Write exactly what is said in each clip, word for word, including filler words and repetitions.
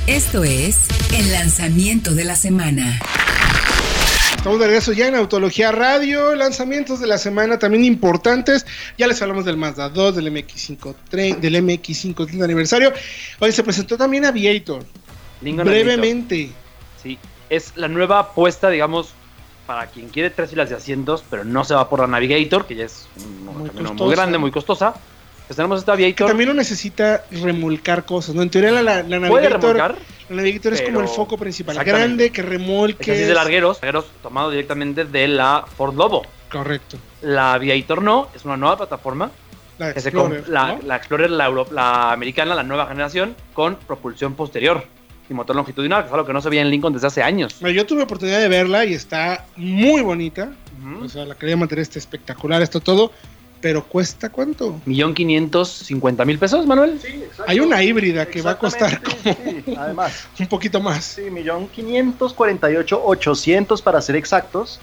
Esto es el lanzamiento de la semana. Estamos de regreso ya en Autología Radio, lanzamientos de la semana también importantes. Ya les hablamos del Mazda dos, del M X cinco, del M X cinco treinta aniversario. Hoy se presentó también Aviator. Lincoln brevemente. Aviator. Sí, es la nueva apuesta, digamos, para quien quiere tres filas de asientos, pero no se va por la Navigator, que ya es un muy, muy grande, muy costosa. Pues tenemos esta Aviator. Que también no necesita remolcar cosas, ¿no? En teoría la, la, la ¿Puede Navigator, remolcar? La Navigator es como el foco principal, grande, que remolque. Es así de largueros, largueros tomado directamente de la Ford Lobo. Correcto. La Aviator no, es una nueva plataforma. La que Explorer, se la, ¿no? la Explorer, la, Euro, la americana, la nueva generación, con propulsión posterior y motor longitudinal, que es algo que no se veía en Lincoln desde hace años. Bueno, yo tuve oportunidad de verla y está muy bonita. Uh-huh. O sea, la calidad de material está espectacular, esto todo. Pero ¿cuesta cuánto? Millón quinientos cincuenta mil pesos, Manuel. Sí, exacto. Hay una híbrida que va a costar como sí, además un poquito más. Sí, millón quinientos cuarenta y ocho ochocientos para ser exactos.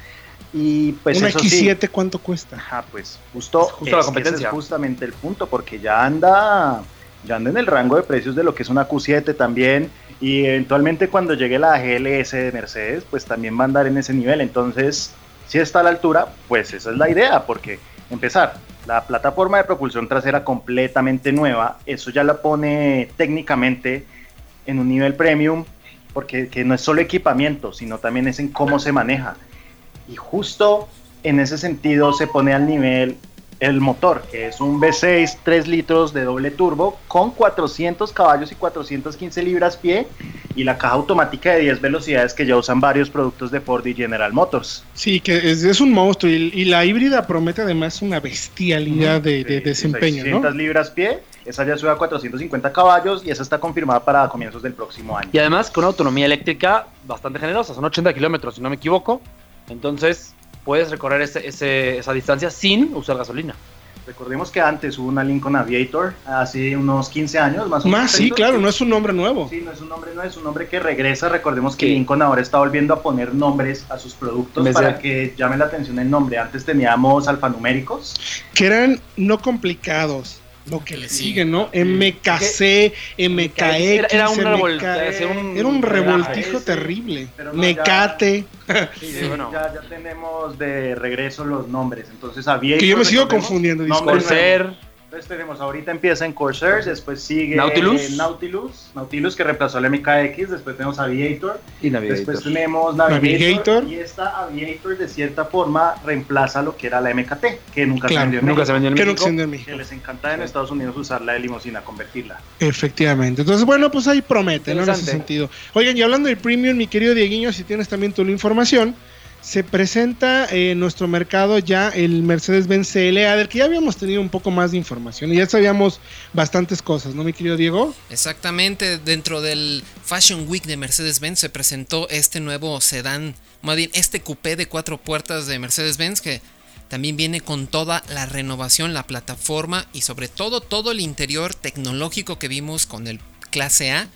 Y pues una eso X siete, sí. ¿cuánto cuesta? Ajá, pues justo, es justo la competencia. Ese es justamente el punto, porque ya anda, ya anda en el rango de precios de lo que es una Q siete también. Y eventualmente cuando llegue la G L S de Mercedes, pues también va a andar en ese nivel. Entonces, si está a la altura, pues esa es la idea, porque empezar, la plataforma de propulsión trasera completamente nueva, eso ya la pone técnicamente en un nivel premium, porque que no es solo equipamiento, sino también es en cómo se maneja. Y justo en ese sentido se pone al nivel el motor, que es un V seis tres litros de doble turbo con cuatrocientos caballos y cuatrocientas quince libras-pie, y la caja automática de diez velocidades que ya usan varios productos de Ford y General Motors. Sí, que es, es un monstruo, y, y la híbrida promete además una bestialidad de, de, de desempeño, seiscientas ¿no? libras-pie, esa ya sube a cuatrocientos cincuenta caballos y esa está confirmada para comienzos del próximo año. Y además con una autonomía eléctrica bastante generosa, son ochenta kilómetros si no me equivoco, entonces puedes recorrer ese, ese, esa distancia sin usar gasolina. Recordemos que antes hubo una Lincoln Aviator, hace unos quince años más o menos. Más, sí, claro, no es un nombre nuevo. Sí, no es un nombre nuevo, es un nombre que regresa. Recordemos que Sí. Lincoln ahora está volviendo a poner nombres a sus productos Me para sé. que llame la atención el nombre. Antes teníamos alfanuméricos. Que eran no complicados, lo que le sigue, ¿no? M K C, M K X, Era- era un M K, revoltijo, un- era un revoltijo ese, terrible. pero no, Mecate. Sí, Sí, bueno. ya, ya tenemos de regreso los nombres. Entonces Aviator, Que yo me sigo recordemos, confundiendo, nombre disculpa. Corsair, nuevo. Entonces tenemos, ahorita empieza en Corsair, después sigue Nautilus. eh, Nautilus, Nautilus que reemplazó al M K X, después tenemos Aviator, y Navigator. después tenemos Navigator, Navigator. y esta Aviator de cierta forma reemplaza lo que era la M K T, que nunca Claro, se vendió en Nunca México, se vendió en Que no México. existe en México. que les encanta en Estados Unidos usarla de limusina, convertirla. Efectivamente. Entonces, bueno, pues ahí promete, ¿no? En ese Interesante. sentido. Oigan, y hablando del premium, mi querido Dieguiño, si tienes también tu información, se presenta eh, en nuestro mercado ya el Mercedes-Benz C L A, del que ya habíamos tenido un poco más de información y ya sabíamos bastantes cosas, ¿no, mi querido Diego? Exactamente, dentro del Fashion Week de Mercedes-Benz se presentó este nuevo sedán, más bien este coupé de cuatro puertas de Mercedes-Benz, que también viene con toda la renovación, la plataforma y sobre todo todo el interior tecnológico que vimos con el Clase A.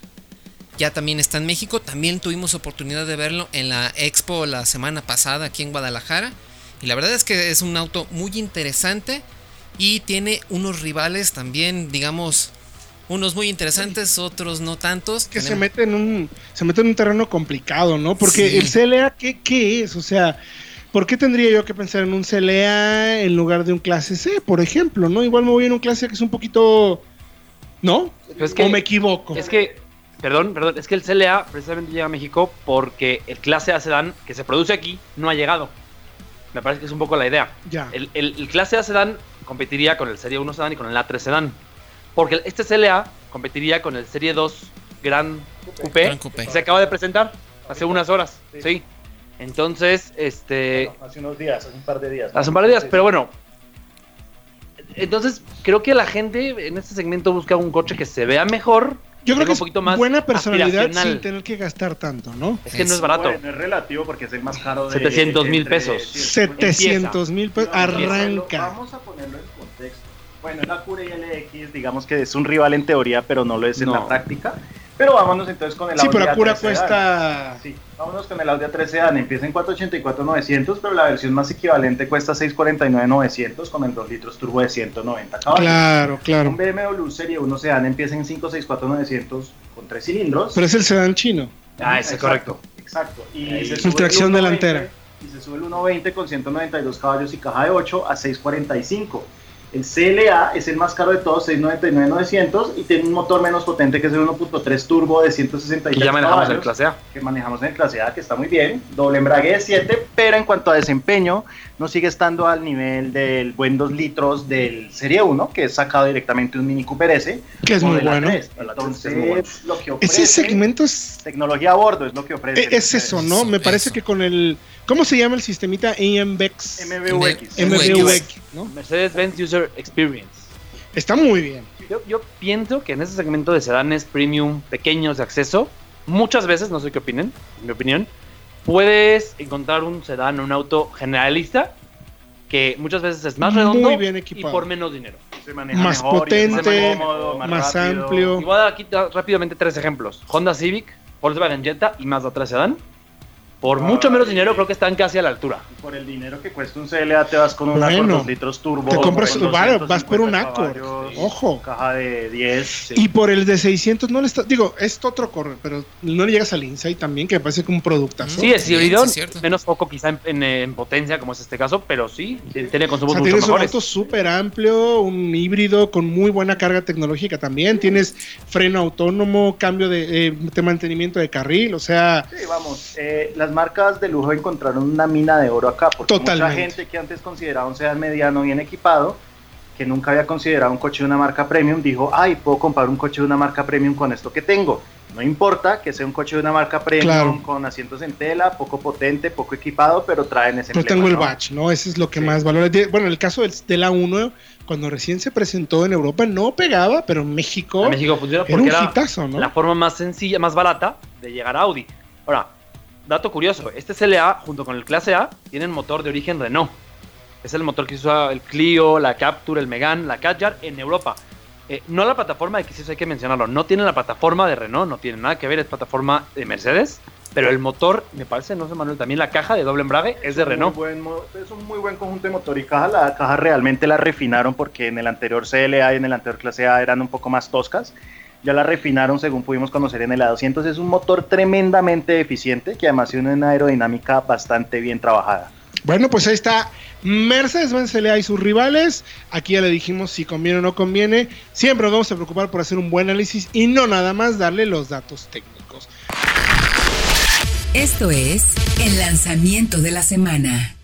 Ya también está en México, también tuvimos oportunidad de verlo en la Expo la semana pasada aquí en Guadalajara. Y la verdad es que es un auto muy interesante y tiene unos rivales también, digamos, unos muy interesantes, otros no tantos. Que se Tenemos- mete en un se mete en un terreno complicado, ¿no? Porque Sí. el C L A, ¿qué, ¿qué es? O sea, ¿por qué tendría yo que pensar en un C L A en lugar de un clase C, por ejemplo, ¿no? Igual me voy en un clase que es un poquito, ¿no? Pero es que- ¿O me equivoco? Es que, perdón, perdón, es que el C L A precisamente llega a México porque el Clase A Sedán que se produce aquí no ha llegado. Me parece que es un poco la idea. Ya. El, el, el Clase A Sedán competiría con el Serie uno Sedán y con el A tres Sedán. Porque este C L A competiría con el Serie dos Gran Coupé, Gran Coupé. que se acaba de presentar hace unas horas. Sí. Entonces, este... Bueno, hace unos días, hace un par de días. Hace un par de días, pero bueno. Entonces, creo que la gente en este segmento busca un coche que se vea mejor. Yo creo tenga que un es poquito más buena personalidad aspiracional. sin tener que gastar tanto, ¿no? Es que no es barato. Bueno, es relativo porque es el más caro de setecientos mil entre- pesos. sí, setecientos mil pesos, Vamos a ponerlo- arranca. Vamos a ponerlo en contexto. Bueno, la Cura y L X, digamos que es un rival en teoría, pero no lo es en No. la práctica. Pero vámonos entonces con el Sí, Audi pero la cura A tres Sedan. cuesta... Sí, vámonos con el Audi A tres Sedan. Empieza en cuatrocientos ochenta y cuatro mil novecientos, pero la versión más equivalente cuesta seiscientos cuarenta y nueve mil novecientos con el dos litros turbo de ciento noventa caballos. Claro, claro. Un B M W Serie uno Sedan empieza en quinientos sesenta y cuatro mil novecientos con tres cilindros. Pero es el sedán chino. Ah, ese es correcto. Exacto. Y se con tracción delantera. Y se sube el uno veinte con ciento noventa y dos caballos y caja de ocho a seiscientos cuarenta y cinco. El C L A es el más caro de todos, seiscientos noventa y nueve mil novecientos, y tiene un motor menos potente que es el uno punto tres turbo de ciento sesenta y tres que ya manejamos caballos, en el clase A. Que manejamos en el clase A, que está muy bien. Doble embrague de siete, pero en cuanto a desempeño, no sigue estando al nivel del buen dos litros del Serie uno, que es sacado directamente de un Mini Cooper S. Que es muy bueno. Entonces, muy bueno. Lo que Ese ofrece, segmento es... tecnología a bordo es lo que ofrece. Es eso, ¿no? Eso, Me parece eso. que con el... ¿Cómo se llama el sistemita? A M B X. M B U X. M B U X, ¿no? Mercedes-Benz User Experience. Está muy bien. Yo, yo pienso que en ese segmento de sedanes premium pequeños de acceso, muchas veces, no sé qué opinen, en mi opinión, puedes encontrar un sedán, un auto generalista que muchas veces es más redondo Muy bien y equipado. por menos dinero. Se maneja Más mejor y es potente, más cómodo, más más rápido. amplio. Y voy a dar aquí ta- rápidamente tres ejemplos. Honda Civic, Volkswagen Jetta y Mazda tres sedán. Por Ay. mucho menos dinero creo que están casi a la altura. Por el dinero que cuesta un C L A te vas con una Bueno, con dos litros turbo. te compras- con vale, doscientos vas por un cincuenta Accord. caballos, Ojo. Caja de diez. Sí. Y por el de seiscientos no le está... Digo, es otro correr, pero no le llegas al Insight también, que me parece que un productazo. Sí, es Bien, híbrido, sí, es cierto. menos poco quizá en, en, en potencia como es este caso, pero sí, tiene O consumos sea, mucho tienes un mejores. auto súper amplio, un híbrido con muy buena carga tecnológica también. Tienes freno autónomo, cambio de, eh, de mantenimiento de carril, o sea... Sí, vamos, eh, las marcas de lujo encontraron una mina de oro acá, porque Totalmente. mucha gente que antes consideraba un sedán mediano bien equipado, que nunca había considerado un coche de una marca premium, dijo, ay, puedo comprar un coche de una marca premium con esto que tengo. No importa que sea un coche de una marca premium, Claro. con asientos en tela, poco potente, poco equipado, pero traen ese Pero emblema, tengo el ¿no? batch, ¿no? Ese es lo que Sí. más valora. De- Bueno, el caso del, del A uno, cuando recién se presentó en Europa, no pegaba, pero en México, En México funciona era porque un era hitazo, ¿no? la forma más sencilla, más barata de llegar a Audi. Ahora, dato curioso, este C L A junto con el Clase A tienen motor de origen Renault. Es el motor que usa el Clio, la Capture, el Megane, la Kadjar en Europa. Eh, no la plataforma de que sí, eso hay que mencionarlo, no tiene la plataforma de Renault, no tiene nada que ver, es plataforma de Mercedes, pero el motor, me parece, no sé Manuel, también la caja de doble embrague es de Muy Renault. buen mo- es un muy buen conjunto de motor y caja. La caja realmente la refinaron porque en el anterior C L A y en el anterior Clase A eran un poco más toscas. Ya la refinaron según pudimos conocer en el A doscientos. Es un motor tremendamente eficiente que además tiene una aerodinámica bastante bien trabajada. Bueno, pues ahí está Mercedes-Benz C L A y sus rivales. Aquí ya le dijimos si conviene o no conviene. Siempre nos vamos a preocupar por hacer un buen análisis y no nada más darle los datos técnicos. Esto es el lanzamiento de la semana.